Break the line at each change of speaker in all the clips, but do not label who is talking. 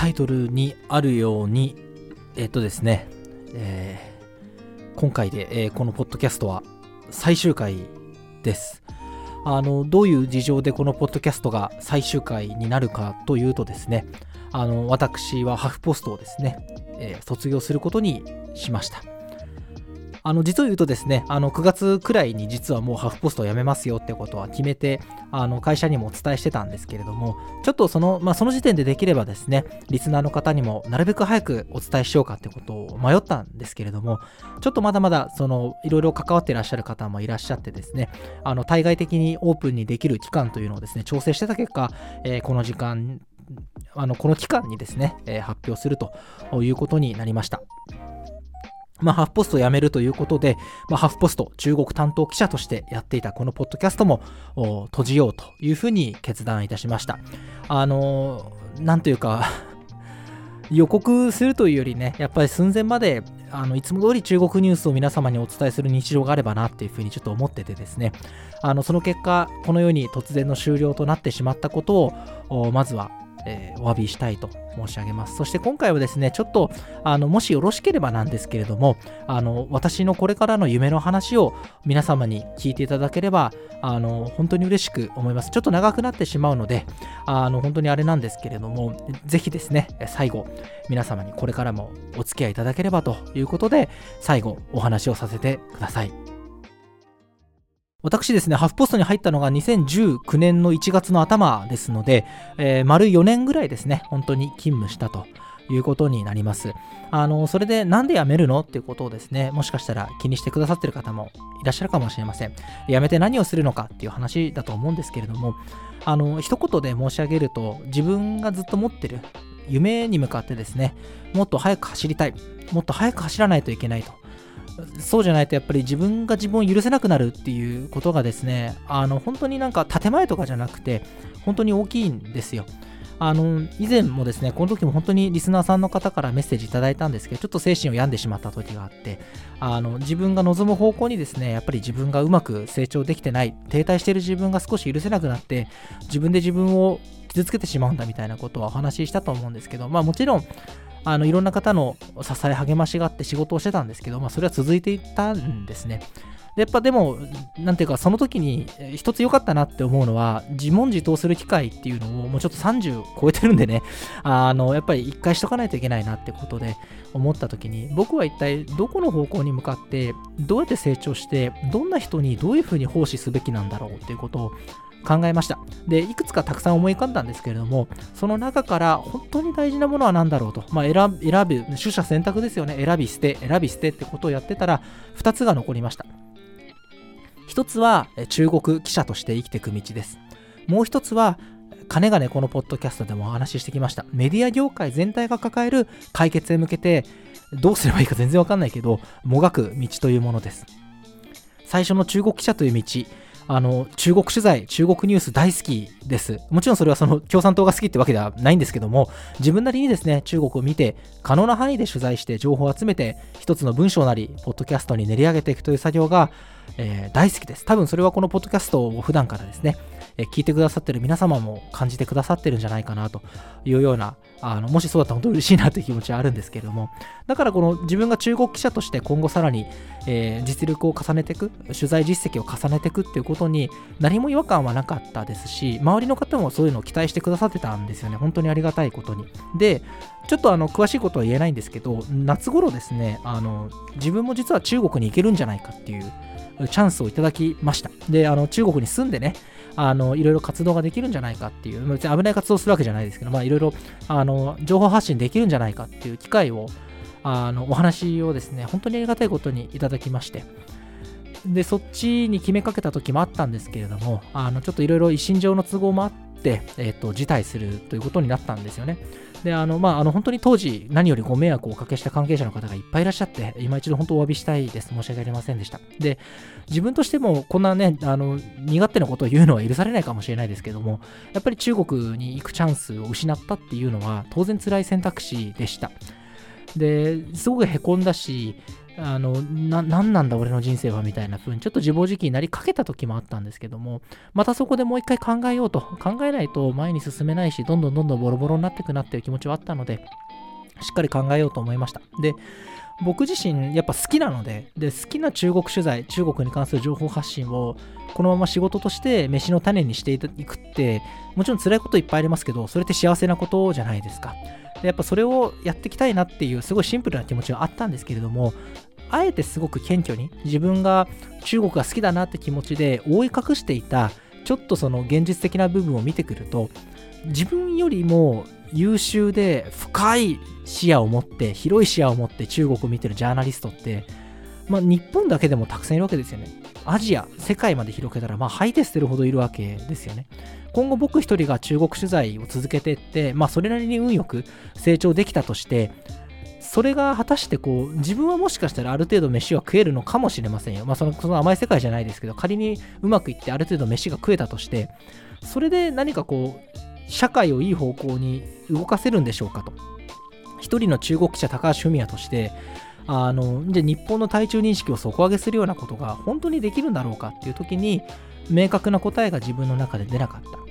タイトルにあるようにですね、今回で、このポッドキャストは最終回です。どういう事情でこのポッドキャストが最終回になるかというとですね、私はハフポストをですね、卒業することにしました。実を言うとですね、9月くらいに実はもうハフポストを辞めますよってことは決めて、会社にもお伝えしてたんですけれども、ちょっとその時点でできればですね、リスナーの方にもなるべく早くお伝えしようかってことを迷ったんですけれども、ちょっとまだまだいろいろ関わっていらっしゃる方もいらっしゃってですね、対外的にオープンにできる期間というのをですね、調整してた結果、この期間にですね、発表するということになりました。ハフポストを辞めるということで、ハフポスト中国担当記者としてやっていたこのポッドキャストも閉じようというふうに決断いたしました。なんというか予告するというよりね、やっぱり寸前までいつも通り中国ニュースを皆様にお伝えする日常があればなっていうふうにちょっと思っててですね、その結果このように突然の終了となってしまったことをまずはお詫びしたいと申し上げます。そして今回はですね、ちょっともしよろしければなんですけれども、私のこれからの夢の話を皆様に聞いていただければ本当に嬉しく思います。ちょっと長くなってしまうので本当にあれなんですけれども、ぜひですね、最後皆様にこれからもお付き合いいただければということで、最後お話をさせてください。私ですね、ハフポストに入ったのが2019年の1月の頭ですので、丸4年ぐらいですね、本当に勤務したということになります。それでなんで辞めるのっていうことをですね、もしかしたら気にしてくださってる方もいらっしゃるかもしれません。辞めて何をするのかっていう話だと思うんですけれども、一言で申し上げると、自分がずっと持ってる夢に向かってですね、もっと早く走りたい、もっと早く走らないといけないと。そうじゃないとやっぱり自分が自分を許せなくなるっていうことがですね、本当になんか建前とかじゃなくて本当に大きいんですよ。以前もですね、この時も本当にリスナーさんの方からメッセージいただいたんですけど、ちょっと精神を病んでしまった時があって、自分が望む方向にですね、やっぱり自分がうまく成長できてない、停滞している自分が少し許せなくなって、自分で自分を傷つけてしまうんだみたいなことはお話ししたと思うんですけど、もちろんいろんな方の支え励ましがあって仕事をしてたんですけど、それは続いていったんですね。でもなんていうか、その時に一つ良かったなって思うのは、自問自答する機会っていうのをもうちょっと30超えてるんでね、やっぱり一回しとかないといけないなってことで思った時に、僕は一体どこの方向に向かってどうやって成長して、どんな人にどういうふうに奉仕すべきなんだろうっていうことを考えました。で、いくつかたくさん思い浮かんだんですけれども、その中から本当に大事なものは何だろうと、選ぶ、取捨選択ですよね。選び捨てってことをやってたら、2つが残りました。1つは中国記者として生きていく道です。もう1つは、かねがねこのポッドキャストでもお話ししてきました、メディア業界全体が抱える解決へ向けて、どうすればいいか全然わかんないけど、もがく道というものです。最初の中国記者という道、中国取材、中国ニュース大好きです。もちろんそれはその共産党が好きってわけではないんですけども、自分なりにですね、中国を見て可能な範囲で取材して情報を集めて、一つの文章なりポッドキャストに練り上げていくという作業が、大好きです。多分それはこのポッドキャストを普段からですね、聞いてくださってる皆様も感じてくださってるんじゃないかなというような、もしそうだったら本当に嬉しいなという気持ちはあるんですけれども、だからこの自分が中国記者として今後さらに、実力を重ねていく、取材実績を重ねていくっていうことに何も違和感はなかったですし、周りの方もそういうのを期待してくださってたんですよね。本当にありがたいことに。で、ちょっと詳しいことは言えないんですけど、夏頃ですね、自分も実は中国に行けるんじゃないかっていうチャンスをいただきました。で、中国に住んでね、いろいろ活動ができるんじゃないかっていう、別に危ない活動するわけじゃないですけど、いろいろ情報発信できるんじゃないかっていう機会をお話をですね、本当にありがたいことにいただきまして、でそっちに決めかけた時もあったんですけれども、ちょっといろいろ一身上の都合もあって、辞退するということになったんですよね。で、本当に当時何よりご迷惑をおかけした関係者の方がいっぱいいらっしゃって、今一度本当お詫びしたいです。申し訳ありませんでした。で、自分としてもこんなね、身勝手なことを言うのは許されないかもしれないですけども、やっぱり中国に行くチャンスを失ったっていうのは当然辛い選択肢でした。で、すごくへこんだし、 なんなんだ俺の人生はみたいな風にちょっと自暴自棄になりかけた時もあったんですけども、またそこでもう一回考えようと、考えないと前に進めないし、どんどんボロボロになっていくなっていう気持ちはあったので、しっかり考えようと思いました。で、僕自身やっぱ好きなので、好きな中国取材、中国に関する情報発信をこのまま仕事として飯の種にしていくって、もちろん辛いこといっぱいありますけど、それって幸せなことじゃないですか。でやっぱそれをやっていきたいなっていうすごいシンプルな気持ちはあったんですけれども、あえてすごく謙虚に自分が中国が好きだなって気持ちで覆い隠していたちょっとその現実的な部分を見てくると、自分よりも優秀で深い視野を持って、広い視野を持って中国を見てるジャーナリストって、日本だけでもたくさんいるわけですよね。アジア、世界まで広げたら吐いて捨てるほどいるわけですよね。今後僕一人が中国取材を続けていって、それなりに運よく成長できたとして、それが果たして自分はもしかしたらある程度飯は食えるのかもしれませんよ。その甘い世界じゃないですけど、仮にうまくいってある程度飯が食えたとして、それで何か社会をいい方向に動かせるんでしょうかと。一人の中国記者高橋文哉として、じゃあ日本の対中認識を底上げするようなことが本当にできるんだろうかっていう時に、明確な答えが自分の中で出なかった。好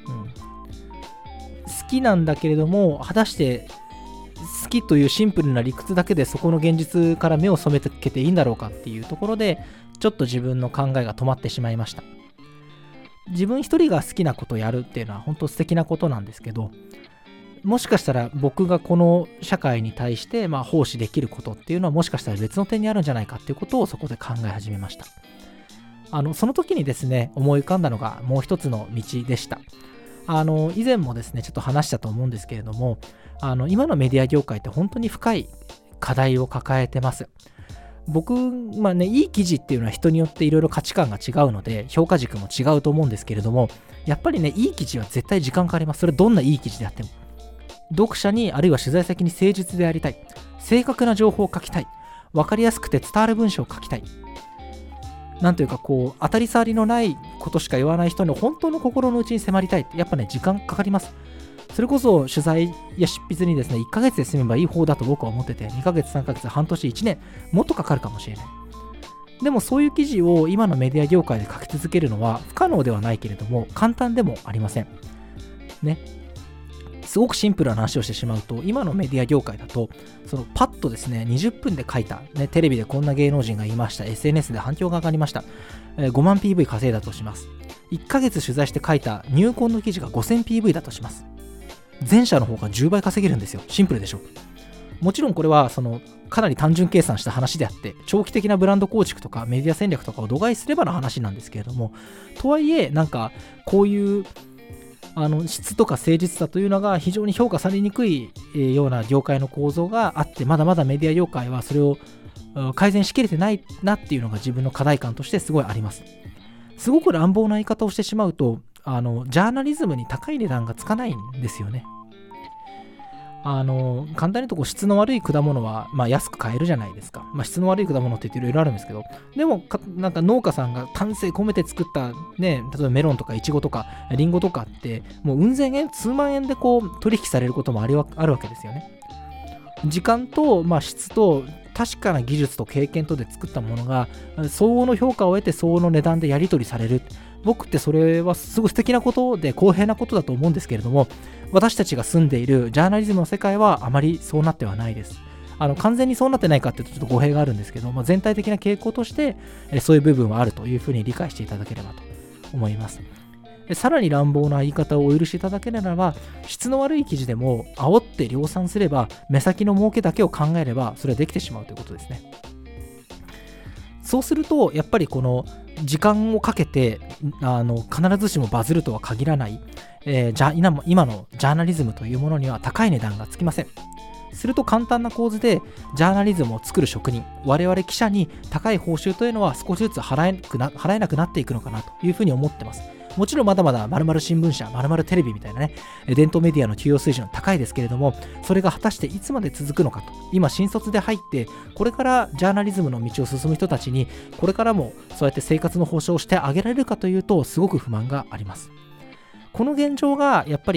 きなんだけれども、果たして好きというシンプルな理屈だけでそこの現実から目を背けていいんだろうかっていうところで、ちょっと自分の考えが止まってしまいました。自分一人が好きなことをやるっていうのは本当素敵なことなんですけど、もしかしたら僕がこの社会に対して奉仕できることっていうのはもしかしたら別の点にあるんじゃないかっていうことをそこで考え始めました。その時にですね、思い浮かんだのがもう一つの道でした。以前もですねちょっと話したと思うんですけれども、今のメディア業界って本当に深い課題を抱えてます。僕いい記事っていうのは人によっていろいろ価値観が違うので評価軸も違うと思うんですけれども、やっぱりね、いい記事は絶対時間かかります。それどんないい記事であっても、読者にあるいは取材先に誠実でありたい、正確な情報を書きたい、分かりやすくて伝わる文章を書きたい、なんというか当たり障りのないことしか言わない人の本当の心の内に迫りたいって、やっぱね時間かかります。それこそ取材や執筆にですね1ヶ月で済めばいい方だと僕は思ってて、2ヶ月3ヶ月半年1年もっとかかるかもしれない。でもそういう記事を今のメディア業界で書き続けるのは不可能ではないけれども簡単でもありませんね。すごくシンプルな話をしてしまうと、今のメディア業界だとパッとですね20分で書いた、テレビでこんな芸能人が言いました、 SNS で反響が上がりました、5万 PV 稼いだとします。1ヶ月取材して書いた入魂の記事が 5000PV だとします。前者の方が10倍稼げるんですよ。シンプルでしょ。もちろんこれはかなり単純計算した話であって、長期的なブランド構築とかメディア戦略とかを度外すればの話なんですけれども、とはいえこういう質とか誠実さというのが非常に評価されにくいような業界の構造があって、まだまだメディア業界はそれを改善しきれてないなっていうのが自分の課題感としてすごいあります。すごく乱暴な言い方をしてしまうと、ジャーナリズムに高い値段がつかないんですよね。簡単に言うと質の悪い果物は安く買えるじゃないですか。質の悪い果物って言っていろいろあるんですけど、でも農家さんが丹精込めて作ったね、例えばメロンとかイチゴとかリンゴとかってもううん千円数万円で取引されることもあるわけですよね。時間と質と確かな技術と経験とで作ったものが相応の評価を得て相応の値段でやり取りされる。僕ってそれはすごい素敵なことで公平なことだと思うんですけれども、私たちが住んでいるジャーナリズムの世界はあまりそうなってはないです。完全にそうなってないかっていうとちょっと語弊があるんですけど、全体的な傾向としてそういう部分はあるというふうに理解していただければと思います。さらに乱暴な言い方をお許しいただければ、質の悪い記事でも煽って量産すれば、目先の儲けだけを考えればそれはできてしまうということですね。そうするとやっぱりこの時間をかけて必ずしもバズるとは限らない、今のジャーナリズムというものには高い値段がつきません。すると簡単な構図でジャーナリズムを作る職人、我々記者に高い報酬というのは少しずつ払えなくなっていくのかなというふうに思ってます。もちろんまだまだ〇〇新聞社、〇〇テレビみたいなね、伝統メディアの給与水準は高いですけれども、それが果たしていつまで続くのかと。今新卒で入ってこれからジャーナリズムの道を進む人たちにこれからもそうやって生活の保障をしてあげられるかというと、すごく不満があります。この現状がやっぱり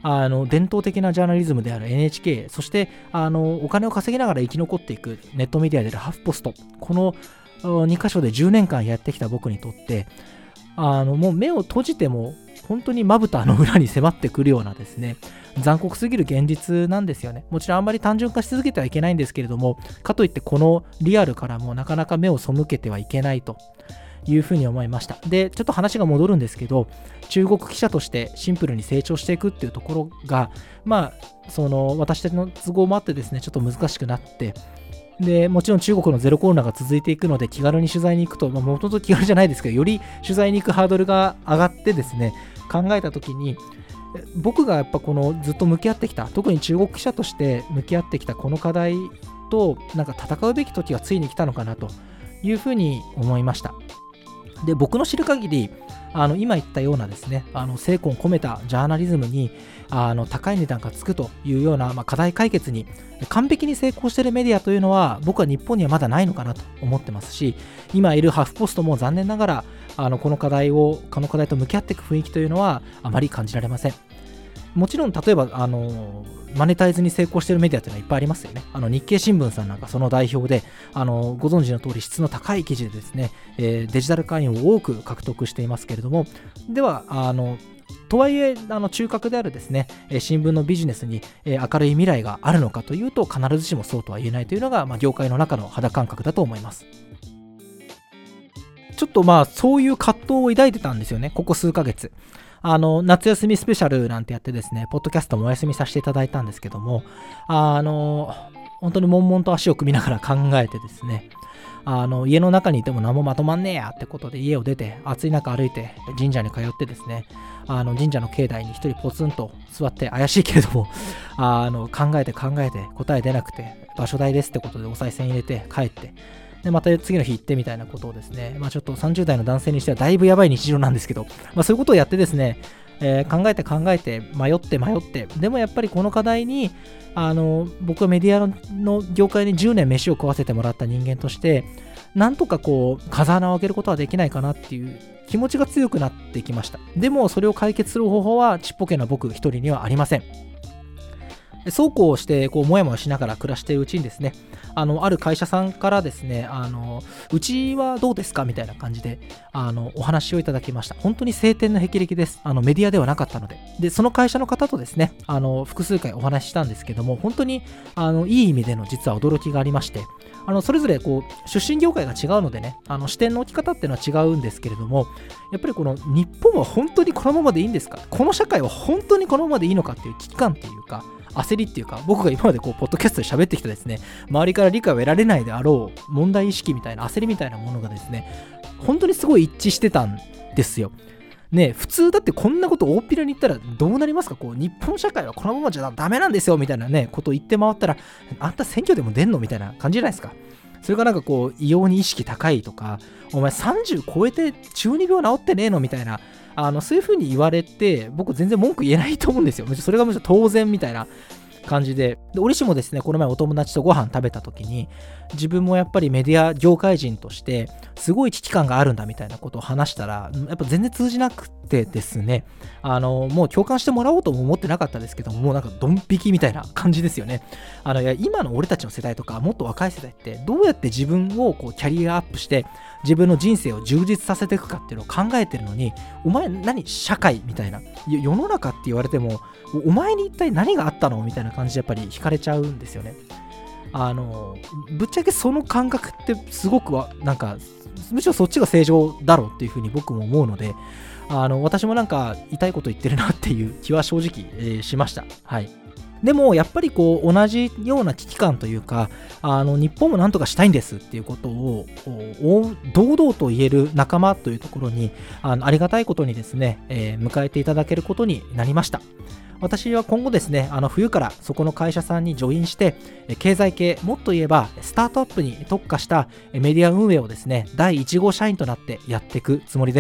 伝統的なジャーナリズムである NHK、そしてお金を稼ぎながら生き残っていくネットメディアであるハフポスト、この2箇所で10年間やってきた僕にとって、もう目を閉じても本当にまぶたの裏に迫ってくるようなですね、残酷すぎる現実なんですよね。もちろんあんまり単純化し続けてはいけないんですけれども、かといってこのリアルからもなかなか目を背けてはいけないというふうに思いました。で、ちょっと話が戻るんですけど、中国記者としてシンプルに成長していくっていうところが、私たちの都合もあってですね、ちょっと難しくなって、でもちろん中国のゼロコロナが続いていくので気軽に取材に行くと、もともと気軽じゃないですけど、より取材に行くハードルが上がってですね、考えた時に僕がやっぱこのずっと向き合ってきた、特に中国記者として向き合ってきたこの課題となんか戦うべき時がついに来たのかなというふうに思いました。で、僕の知る限り今言ったようなですね、精魂込めたジャーナリズムに高い値段がつくというような、課題解決に完璧に成功しているメディアというのは僕は日本にはまだないのかなと思ってますし、今いるハフポストも残念ながらこの課題と向き合っていく雰囲気というのはあまり感じられません。もちろん例えばマネタイズに成功しているメディアというのはいっぱいありますよね。日経新聞さんなんかその代表でご存知の通り質の高い記事でですね、デジタル会員を多く獲得していますけれども、ではとはいえ中核であるですね新聞のビジネスに明るい未来があるのかというと必ずしもそうとは言えないというのが、業界の中の肌感覚だと思います。ちょっとそういう葛藤を抱いてたんですよね、ここ数ヶ月。夏休みスペシャルなんてやってですね、ポッドキャストもお休みさせていただいたんですけども、本当に悶々と足を組みながら考えてですね、家の中にいても何もまとまんねえやってことで家を出て暑い中歩いて神社に通ってですね、神社の境内に一人ポツンと座って怪しいけれども考えて答え出なくて場所代ですってことでお賽銭入れて帰って、でまた次の日行ってみたいなことをですね、ちょっと30代の男性にしてはだいぶやばい日常なんですけど、そういうことをやってですね、考えて迷ってでもやっぱりこの課題に僕はメディアの業界に10年飯を食わせてもらった人間としてなんとか風穴を開けることはできないかなっていう気持ちが強くなってきました。でもそれを解決する方法はちっぽけな僕一人にはありません。そうこうしてもやもやしながら暮らしているうちにですね、ある会社さんからですね、うちはどうですかみたいな感じでお話をいただきました。本当に晴天の霹靂です。メディアではなかったので。で、その会社の方とですね、複数回お話ししたんですけども、本当にいい意味での実は驚きがありまして、それぞれ出身業界が違うのでね、視点の置き方っていうのは違うんですけれども、やっぱり日本は本当にこのままでいいんですか、この社会は本当にこのままでいいのかっていう危機感っていうか焦りっていうか、僕が今までポッドキャストで喋ってきたですね、周りから理解を得られないであろう問題意識みたいな焦りみたいなものがですね、本当にすごい一致してたんですよ。ね、普通だってこんなこと大っぴらに言ったらどうなりますか。日本社会はこのままじゃダメなんですよみたいなねことを言って回ったら、あんた選挙でも出んのみたいな感じじゃないですか。それが異様に意識高いとか、お前30超えて中二病治ってねえのみたいなそういう風に言われて、僕全然文句言えないと思うんですよ。それがむしろ当然みたいな感じで、折しもですね、この前お友達とご飯食べた時に、自分もやっぱりメディア業界人としてすごい危機感があるんだみたいなことを話したら、やっぱ全然通じなくてですね、もう共感してもらおうとも思ってなかったですけども、もうドン引きみたいな感じですよね。いや今の俺たちの世代とかもっと若い世代ってどうやって自分をキャリアアップして自分の人生を充実させていくかっていうのを考えてるのに、お前何社会みたいな、世の中って言われてもお前に一体何があったのみたいな感じでやっぱり惹かれちゃうんですよね。ぶっちゃけその感覚ってすごくむしろそっちが正常だろうっていうふうに僕も思うので、私も痛いこと言ってるなっていう気は正直、しました。はい。でもやっぱり同じような危機感というか、日本もなんとかしたいんですっていうことを堂々と言える仲間というところにありがたいことにですね、迎えていただけることになりました。私は今後ですね、冬からそこの会社さんにジョインして、経済系、もっと言えばスタートアップに特化したメディア運営をですね、第1号社員となってやっていくつもりです。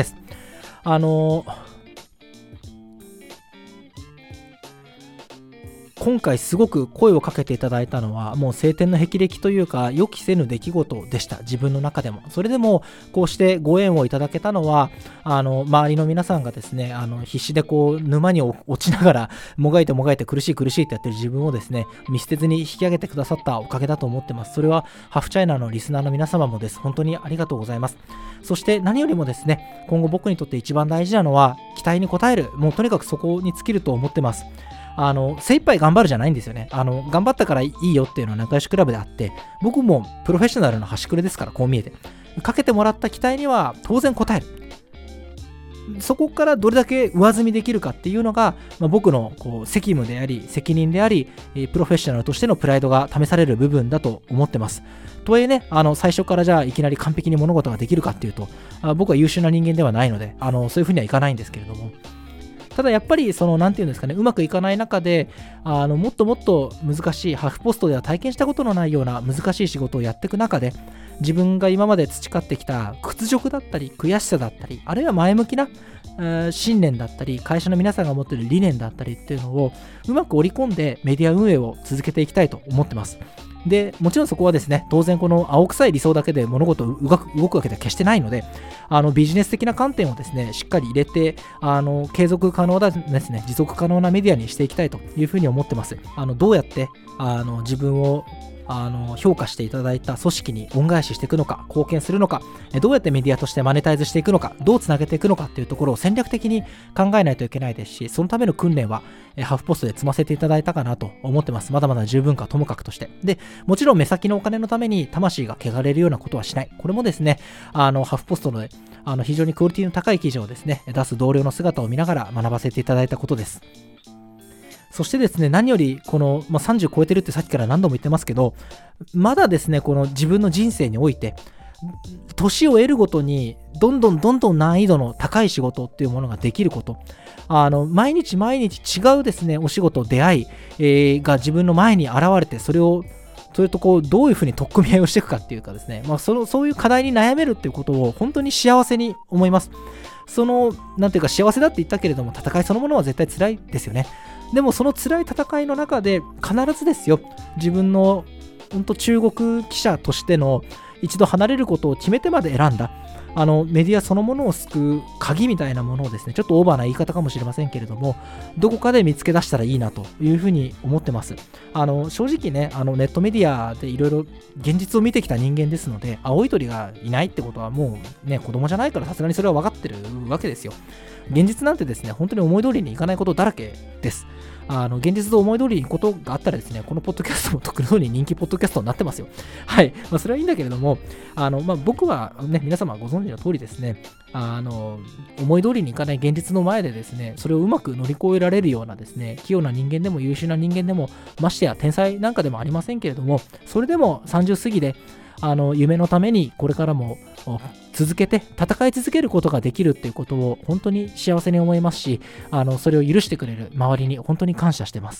今回すごく声をかけていただいたのはもう青天の霹靂というか予期せぬ出来事でした。自分の中でも。それでもこうしてご縁をいただけたのは周りの皆さんがですね必死でこう沼に落ちながらもがいてもがいて苦しいってやってる自分をですね見捨てずに引き上げてくださったおかげだと思ってます。それはハフチャイナのリスナーの皆様もです。本当にありがとうございます。そして何よりもですね今後僕にとって一番大事なのは期待に応える、もうとにかくそこに尽きると思ってます。精一杯頑張るじゃないんですよね。頑張ったからいいよっていうのは仲良しクラブであって、僕もプロフェッショナルの端くれですから、こう見えてかけてもらった期待には当然応える。そこからどれだけ上積みできるかっていうのが、僕のこう責務であり責任であり、プロフェッショナルとしてのプライドが試される部分だと思ってます。とはいえね、最初からじゃあいきなり完璧に物事ができるかっていうと、僕は優秀な人間ではないので、そういうふうにはいかないんですけれども、ただやっぱりなんていうんですかね、うまくいかない中でもっともっと難しいハーフポストでは体験したことのないような難しい仕事をやっていく中で、自分が今まで培ってきた屈辱だったり悔しさだったり、あるいは前向きな信念だったり会社の皆さんが持っている理念だったりっていうのをうまく織り込んでメディア運営を続けていきたいと思ってます。でもちろんそこはですね当然この青臭い理想だけで物事を動くわけでは決してないので、ビジネス的な観点をですねしっかり入れて継続可能だですね持続可能なメディアにしていきたいというふうに思ってます。どうやって自分を評価していただいた組織に恩返ししていくのか、貢献するのか、どうやってメディアとしてマネタイズしていくのか、どうつなげていくのかっていうところを戦略的に考えないといけないですし、そのための訓練はハーフポストで積ませていただいたかなと思ってます。まだまだ十分かともかくとして。で、もちろん目先のお金のために魂が汚れるようなことはしない。これもですね、ハーフポストの非常にクオリティの高い記事をですね、出す同僚の姿を見ながら学ばせていただいたことです。そしてですね、何よりこの、30超えてるってさっきから何度も言ってますけど、まだですね、この自分の人生において、年を得るごとにどんどん難易度の高い仕事っていうものができること、毎日違うですね、お仕事、出会い、が自分の前に現れて、それとこうどういうふうに取っ組み合いをしていくかっていうかですね、そういう課題に悩めるっていうことを本当に幸せに思います。なんていうか幸せだって言ったけれども、戦いそのものは絶対辛いですよね。でもその辛い戦いの中で必ずですよ、自分の本当中国記者としての一度離れることを決めてまで選んだメディアそのものを救う鍵みたいなものをですね、ちょっとオーバーな言い方かもしれませんけれども、どこかで見つけ出したらいいなというふうに思ってます。正直ね、ネットメディアでいろいろ現実を見てきた人間ですので、青い鳥がいないってことはもうね、子供じゃないからさすがにそれは分かってるわけですよ。現実なんてですね、本当に思い通りにいかないことだらけです。現実と思い通りにことがあったらですね、このポッドキャストも特に人気ポッドキャストになってますよ。はい。それはいいんだけれども、僕はね、皆様ご存知の通りですね、思い通りにいかない現実の前でですね、それをうまく乗り越えられるようなですね、器用な人間でも優秀な人間でも、ましてや天才なんかでもありませんけれども、それでも30過ぎで、夢のためにこれからも続けて戦い続けることができるっていうことを本当に幸せに思いますし、それを許してくれる周りに本当に感謝してます。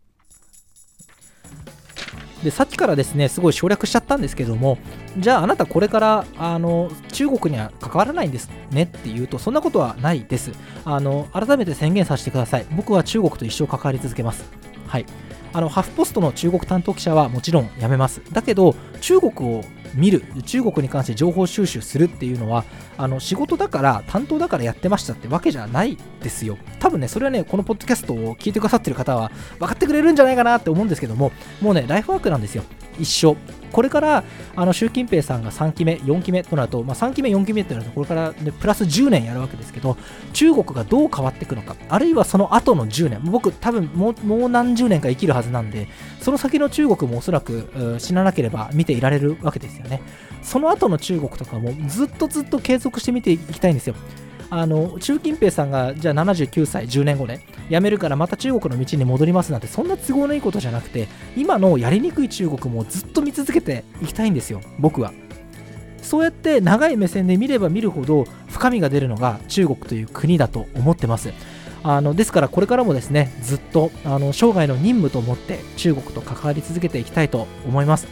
で、さっきからですねすごい省略しちゃったんですけども、じゃああなたこれから中国には関わらないんですねっていうと、そんなことはないです。改めて宣言させてください。僕は中国と一生関わり続けます。はい。ハーフポストの中国担当記者はもちろん辞めます。だけど中国を見る、中国に関して情報収集するっていうのは仕事だから担当だからやってましたってわけじゃないですよ。多分ね、それはね、このポッドキャストを聞いてくださってる方は分かってくれるんじゃないかなって思うんですけども、もうねライフワークなんですよ、一生。これから習近平さんが3期目4期目となると、3期目4期目ってなるとこれから、ね、プラス10年やるわけですけど、中国がどう変わっていくのか、あるいはその後の10年、僕多分もう何十年か生きるはずなんで、その先の中国もおそらく死ななければ見ていられるわけですよね。その後の中国とかもずっと継続して見ていきたいんですよ。習近平さんがじゃあ79歳10年後ね辞めるからまた中国の道に戻りますなんて、そんな都合のいいことじゃなくて、今のやりにくい中国もずっと見続けていきたいんですよ、僕は。そうやって長い目線で見れば見るほど深みが出るのが中国という国だと思ってます。ですからこれからもですね、ずっと生涯の任務と思って中国と関わり続けていきたいと思います。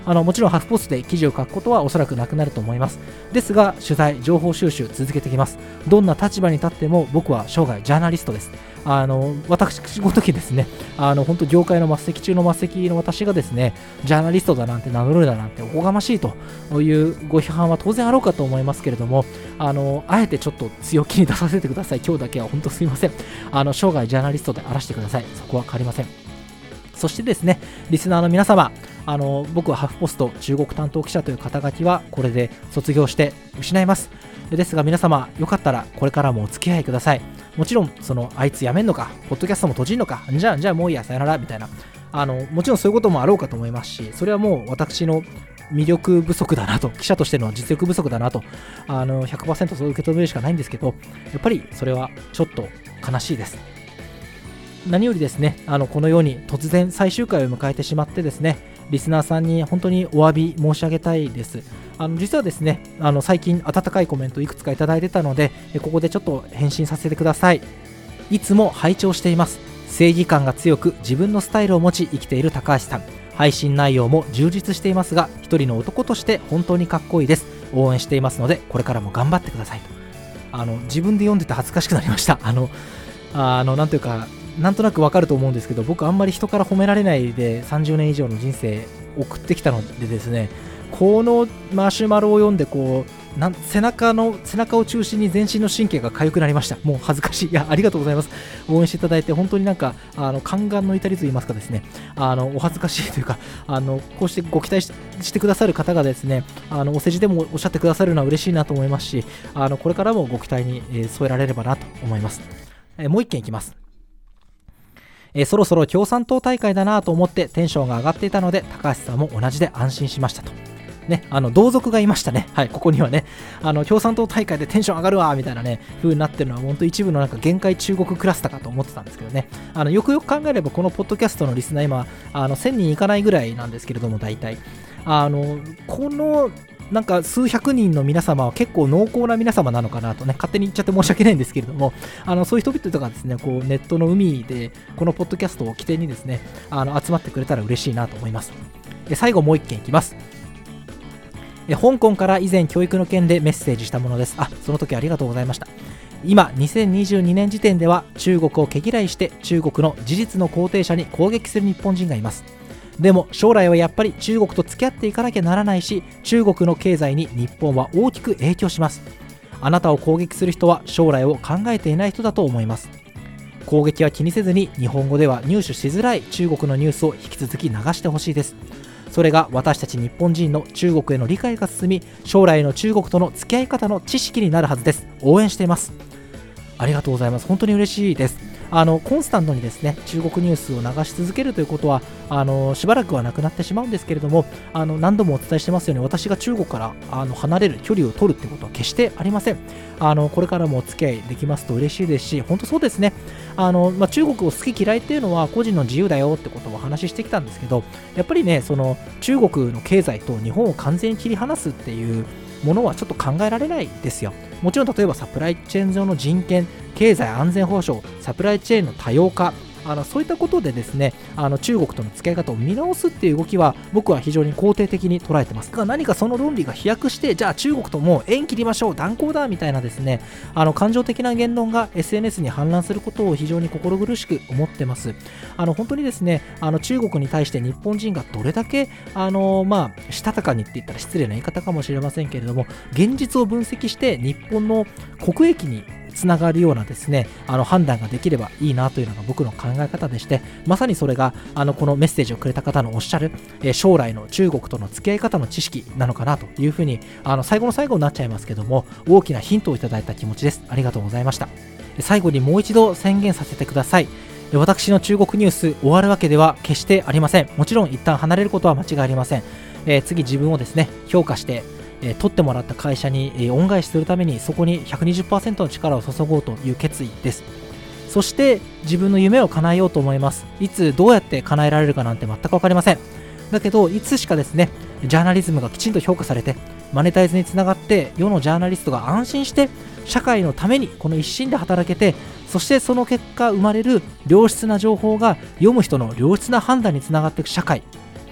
もちろんハフポストで記事を書くことはおそらくなくなると思います。ですが取材情報収集続けてきます。どんな立場に立っても僕は生涯ジャーナリストです。私ごときですね、本当業界の末席中の末席の私がですね、ジャーナリストだなんて名乗るだなんておこがましいというご批判は当然あろうかと思いますけれども、あえてちょっと強気に出させてください。今日だけは本当すいません。生涯ジャーナリストであらしてください。そこは変わりません。そしてですね、リスナーの皆様、僕はハフポスト中国担当記者という肩書きはこれで卒業して失います。ですが皆様、よかったらこれからもお付き合いください。もちろん、あいつ辞めんのか、ポッドキャストも閉じんのか、じゃあもういいや、さよなら、みたいな。もちろんそういうこともあろうかと思いますし、それはもう私の魅力不足だなと、記者としての実力不足だなと、100% そう受け止めるしかないんですけど、やっぱりそれはちょっと悲しいです。何よりですね、このように突然最終回を迎えてしまってですね、リスナーさんに本当にお詫び申し上げたいです。実はですね、最近温かいコメントいくつかいただいてたので、ここでちょっと返信させてください。いつも拝聴しています。正義感が強く自分のスタイルを持ち生きている高橋さん。配信内容も充実していますが、一人の男として本当にかっこいいです。応援していますので、これからも頑張ってくださいと。自分で読んでて恥ずかしくなりました。なんというか、なんとなくわかると思うんですけど、僕あんまり人から褒められないで30年以上の人生送ってきたのでですね、このマシュマロを読んで背中を中心に全身の神経が痒くなりました。もう恥ずかしい。いや、ありがとうございます。応援していただいて本当に宦官の至りと言いますかですね、お恥ずかしいというか、こうしてご期待してくださる方がですね、お世辞でもおっしゃってくださるのは嬉しいなと思いますし、これからもご期待に添えられればなと思います。もう一件いきます。そろそろ共産党大会だなと思ってテンションが上がっていたので、高橋さんも同じで安心しましたと。ね、同族がいましたね。はい、ここにはね、共産党大会でテンション上がるわみたいなね、風になってるのは、本当一部の限界中国クラスターかと思ってたんですけどね、よくよく考えれば、このポッドキャストのリスナー、今、1000人いかないぐらいなんですけれども、大体。この数百人の皆様は結構濃厚な皆様なのかなとね、勝手に言っちゃって申し訳ないんですけれども、そういう人々がですね、ネットの海でこのポッドキャストを起点にですね、集まってくれたら嬉しいなと思います。最後もう一件いきます。香港から以前教育の件でメッセージしたものです。その時ありがとうございました。今2022年時点では中国を毛嫌いして中国の事実の肯定者に攻撃する日本人がいます。でも将来はやっぱり中国と付き合っていかなきゃならないし、中国の経済に日本は大きく影響します。あなたを攻撃する人は将来を考えていない人だと思います。攻撃は気にせずに日本語では入手しづらい中国のニュースを引き続き流してほしいです。それが私たち日本人の中国への理解が進み、将来の中国との付き合い方の知識になるはずです。応援しています。ありがとうございます。本当に嬉しいです。コンスタントにですね、中国ニュースを流し続けるということはしばらくはなくなってしまうんですけれども、何度もお伝えしてますように、私が中国から離れる距離を取るってことは決してありません。これからもお付き合いできますと嬉しいですし、本当そうですね、中国を好き嫌いっていうのは個人の自由だよってことをお話ししてきたんですけど、やっぱりね、中国の経済と日本を完全に切り離すっていうものはちょっと考えられないですよ。もちろん例えばサプライチェーン上の人権、経済安全保障、サプライチェーンの多様化、そういったことでですね、中国との付き合い方を見直すっていう動きは僕は非常に肯定的に捉えてます。が何かその論理が飛躍して、じゃあ中国ともう縁切りましょう、断交だみたいなですね、感情的な言論が SNS に氾濫することを非常に心苦しく思ってます。本当にですね、中国に対して日本人がどれだけしたたかにって言ったら失礼な言い方かもしれませんけれども、現実を分析して日本の国益につながるようなですね、判断ができればいいなというのが僕の考え方でして、まさにそれがこのメッセージをくれた方のおっしゃる、将来の中国との付き合い方の知識なのかなというふうに最後の最後になっちゃいますけども、大きなヒントをいただいた気持ちです。ありがとうございました。最後にもう一度宣言させてください。私の中国ニュース終わるわけでは決してありません。もちろん一旦離れることは間違いありません。次自分をですね評価して取ってもらった会社に恩返しするために、そこに 120% の力を注ごうという決意です。そして自分の夢を叶えようと思います。いつどうやって叶えられるかなんて全く分かりません。だけどいつしかですね、ジャーナリズムがきちんと評価されてマネタイズにつながって、世のジャーナリストが安心して社会のためにこの一心で働けて、そしてその結果生まれる良質な情報が読む人の良質な判断につながっていく社会、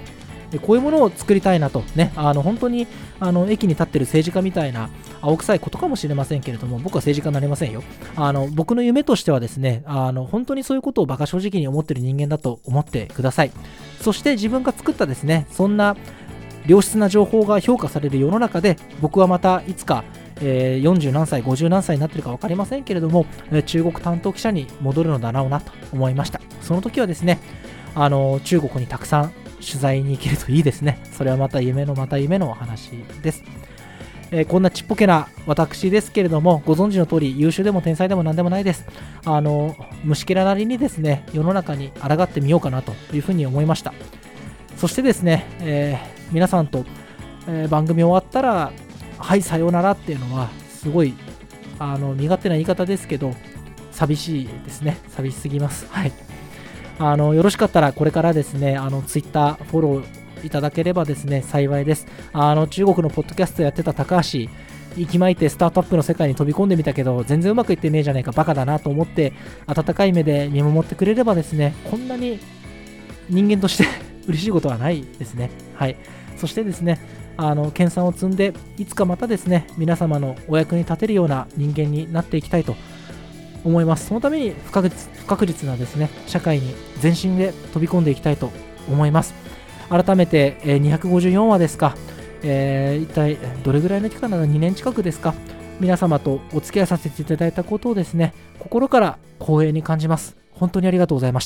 こういうものを作りたいなとね、本当に駅に立ってる政治家みたいな青臭いことかもしれませんけれども、僕は政治家になれませんよ。僕の夢としてはですね、本当にそういうことを馬鹿正直に思ってる人間だと思ってください。そして自分が作ったですね、そんな良質な情報が評価される世の中で、僕はまたいつか40何歳50何歳になってるか分かりませんけれども、中国担当記者に戻るのだろうなと思いました。その時はですね、中国にたくさん取材に行けるといいですね。それはまた夢のお話です。こんなちっぽけな私ですけれども、ご存知の通り優秀でも天才でも何でもないです。虫けらなりにですね、世の中に抗ってみようかなというふうに思いました。そしてですね、皆さんと、番組終わったらはいさようならっていうのはすごい身勝手な言い方ですけど寂しいですね。寂しすぎます。はい。よろしかったらこれからですね、ツイッターフォローいただければですね幸いです。中国のポッドキャストやってた高橋、息巻いてスタートアップの世界に飛び込んでみたけど全然うまくいってねえじゃねえか、バカだなと思って温かい目で見守ってくれればですね、こんなに人間として嬉しいことはないですね。はい。そしてですね、研鑽を積んでいつかまたですね皆様のお役に立てるような人間になっていきたいと思います。そのために不確実なですね社会に全身で飛び込んでいきたいと思います。改めて、254話ですか、一体どれぐらいの期間なの、2年近くですか、皆様とお付き合いさせていただいたことをですね心から光栄に感じます。本当にありがとうございました。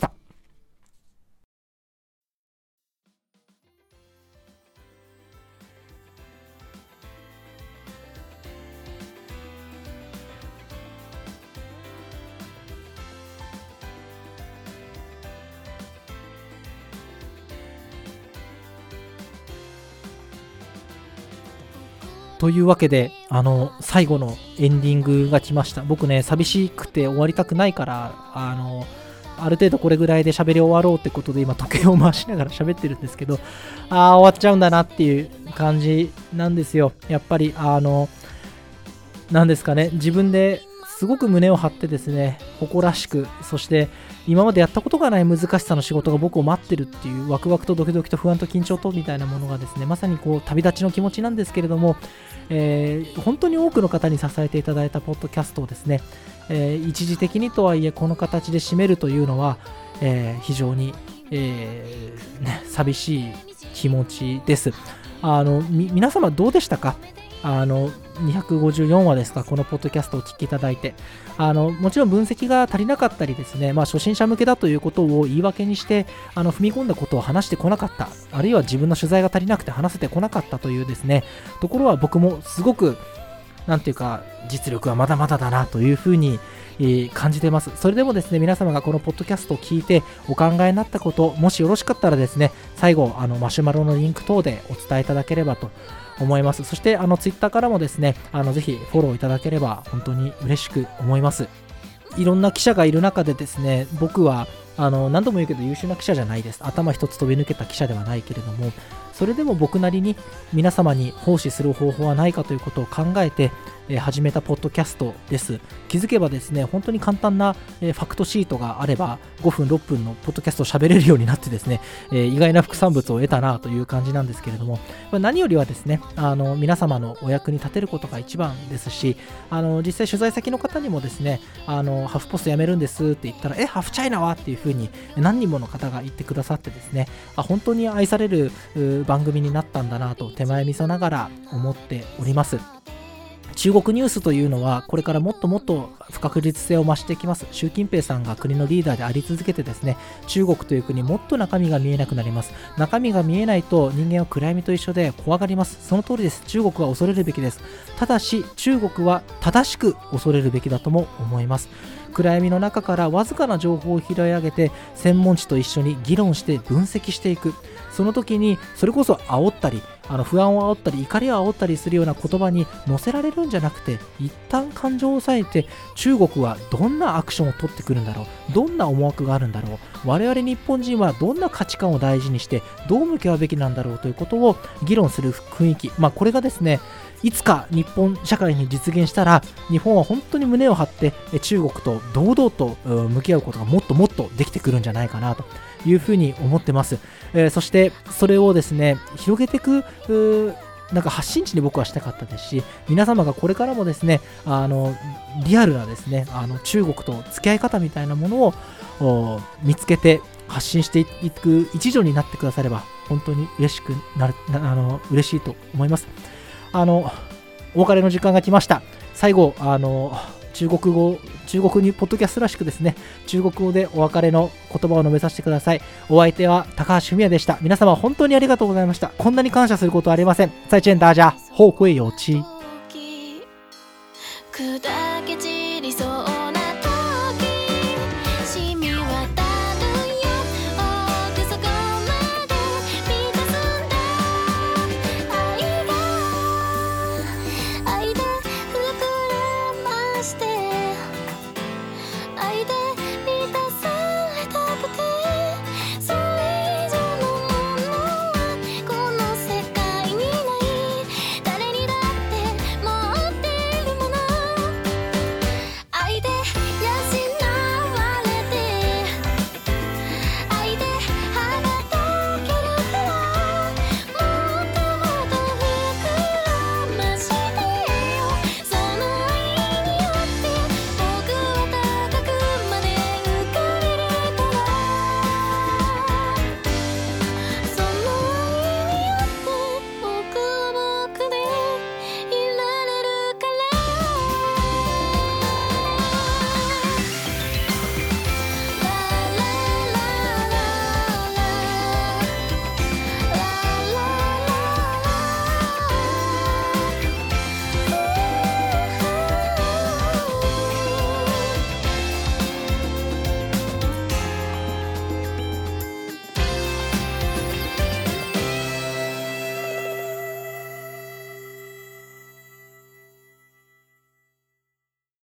というわけで最後のエンディングが来ました。僕ね寂しくて終わりたくないからある程度これぐらいで喋り終わろうってことで今時計を回しながら喋ってるんですけど、終わっちゃうんだなっていう感じなんですよ。やっぱりなんですかね、自分ですごく胸を張ってですね誇らしく、そして今までやったことがない難しさの仕事が僕を待ってるっていうワクワクとドキドキと不安と緊張とみたいなものがですね、まさにこう旅立ちの気持ちなんですけれども、本当に多くの方に支えていただいたポッドキャストをですね、一時的にとはいえこの形で締めるというのは、非常に、寂しい気持ちです。皆様どうでしたか？254話ですか、このポッドキャストをお聞きいただいて、もちろん分析が足りなかったりですね、初心者向けだということを言い訳にして踏み込んだことを話してこなかった、あるいは自分の取材が足りなくて話せてこなかったというですねところは僕もすごくなんていうか実力はまだまだだなというふうに感じています。それでもですね皆様がこのポッドキャストを聞いてお考えになったこと、もしよろしかったらですね最後マシュマロのリンク等でお伝えいただければと思います。そしてツイッターからもですねぜひフォローいただければ本当に嬉しく思います。いろんな記者がいる中でですね僕は何度も言うけど優秀な記者じゃないです。頭一つ飛び抜けた記者ではないけれども、それでも僕なりに皆様に奉仕する方法はないかということを考えて始めたポッドキャストです。気づけばですね本当に簡単なファクトシートがあれば5分6分のポッドキャストを喋れるようになってですね意外な副産物を得たなという感じなんですけれども、何よりはですね皆様のお役に立てることが一番ですし、実際取材先の方にもですねハーフポスト辞めるんですって言ったらハーフチャイナはっていうふうに何人もの方が言ってくださってですね本当に愛される番組になったんだなと手前味噌ながら思っております。中国ニュースというのはこれからもっともっと不確実性を増していきます。習近平さんが国のリーダーであり続けてですね中国という国もっと中身が見えなくなります。中身が見えないと人間は暗闇と一緒で怖がります。その通りです。中国は恐れるべきです。ただし中国は正しく恐れるべきだとも思います。暗闇の中からわずかな情報を拾い上げて専門誌と一緒に議論して分析していく。その時にそれこそ煽ったり不安を煽ったり怒りを煽ったりするような言葉に乗せられるんじゃなくて、一旦感情を抑えて中国はどんなアクションを取ってくるんだろう、どんな思惑があるんだろう、我々日本人はどんな価値観を大事にしてどう向き合うべきなんだろうということを議論する雰囲気、これがですねいつか日本社会に実現したら日本は本当に胸を張って中国と堂々と向き合うことがもっともっとできてくるんじゃないかなというふうに思ってます。そしてでそれをですね広げていくなんか発信地に僕はしたかったですし、皆様がこれからもですねリアルなですね中国と付き合い方みたいなものを見つけて発信していく一助になってくだされば本当に嬉しいと思います。お別れの時間が来ました。最後中国にポッドキャストらしくですね、中国語でお別れの言葉を述べさせてください。お相手は高橋文也でした。皆様本当にありがとうございました。こんなに感謝することはありません。再见大家，后会有期。